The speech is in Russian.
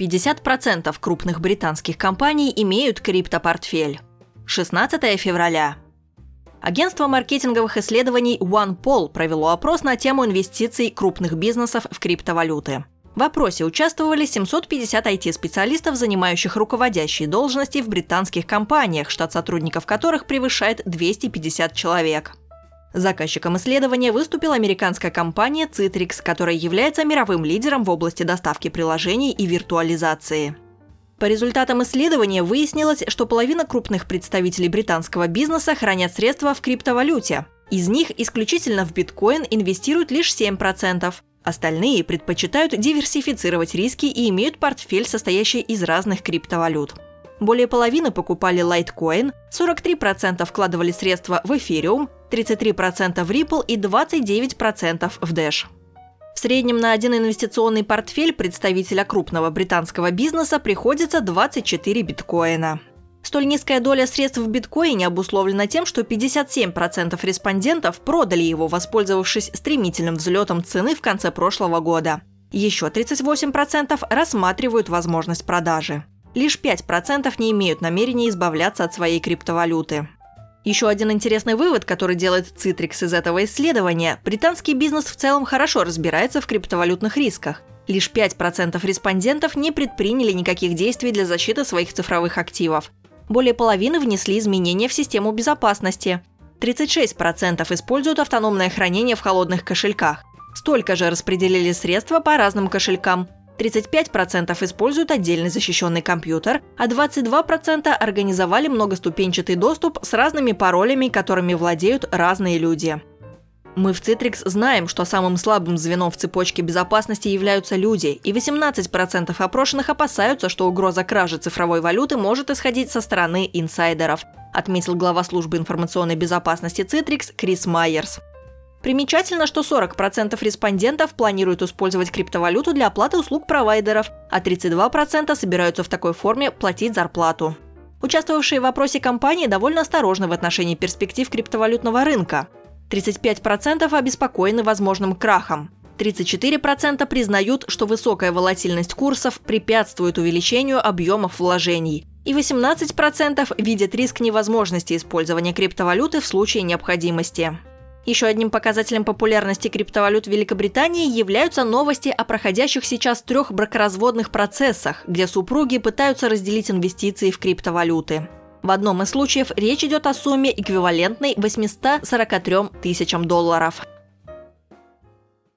50% крупных британских компаний имеют криптопортфель. 16 февраля. Агентство маркетинговых исследований OnePoll провело опрос на тему инвестиций крупных бизнесов в криптовалюты. В опросе участвовали 750 IT-специалистов, занимающих руководящие должности в британских компаниях, штат сотрудников которых превышает 250 человек. Заказчиком исследования выступила американская компания Citrix, которая является мировым лидером в области доставки приложений и виртуализации. По результатам исследования выяснилось, что половина крупных представителей британского бизнеса хранят средства в криптовалюте. Из них исключительно в биткоин инвестируют лишь 7%. Остальные предпочитают диверсифицировать риски и имеют портфель, состоящий из разных криптовалют. Более половины покупали Litecoin, 43% вкладывали средства в Ethereum, 33% в Ripple и 29% в Dash. В среднем на один инвестиционный портфель представителя крупного британского бизнеса приходится 24 биткоина. Столь низкая доля средств в биткоине обусловлена тем, что 57% респондентов продали его, воспользовавшись стремительным взлетом цены в конце прошлого года. Еще 38% рассматривают возможность продажи. Лишь 5% не имеют намерения избавляться от своей криптовалюты. Еще один интересный вывод, который делает Citrix из этого исследования – британский бизнес в целом хорошо разбирается в криптовалютных рисках. Лишь 5% респондентов не предприняли никаких действий для защиты своих цифровых активов. Более половины внесли изменения в систему безопасности. 36% используют автономное хранение в холодных кошельках. Столько же распределили средства по разным кошелькам. 35% используют отдельный защищенный компьютер, а 22% организовали многоступенчатый доступ с разными паролями, которыми владеют разные люди. Мы в Citrix знаем, что самым слабым звеном в цепочке безопасности являются люди, и 18% опрошенных опасаются, что угроза кражи цифровой валюты может исходить со стороны инсайдеров, отметил глава службы информационной безопасности Citrix Крис Майерс. Примечательно, что 40% респондентов планируют использовать криптовалюту для оплаты услуг провайдеров, а 32% собираются в такой форме платить зарплату. Участвовавшие в опросе компании довольно осторожны в отношении перспектив криптовалютного рынка. 35% обеспокоены возможным крахом. 34% признают, что высокая волатильность курсов препятствует увеличению объемов вложений. И 18% видят риск невозможности использования криптовалюты в случае необходимости. Еще одним показателем популярности криптовалют в Великобритании являются новости о проходящих сейчас 3 бракоразводных процессах, где супруги пытаются разделить инвестиции в криптовалюты. В одном из случаев речь идет о сумме, эквивалентной $843 тысячам.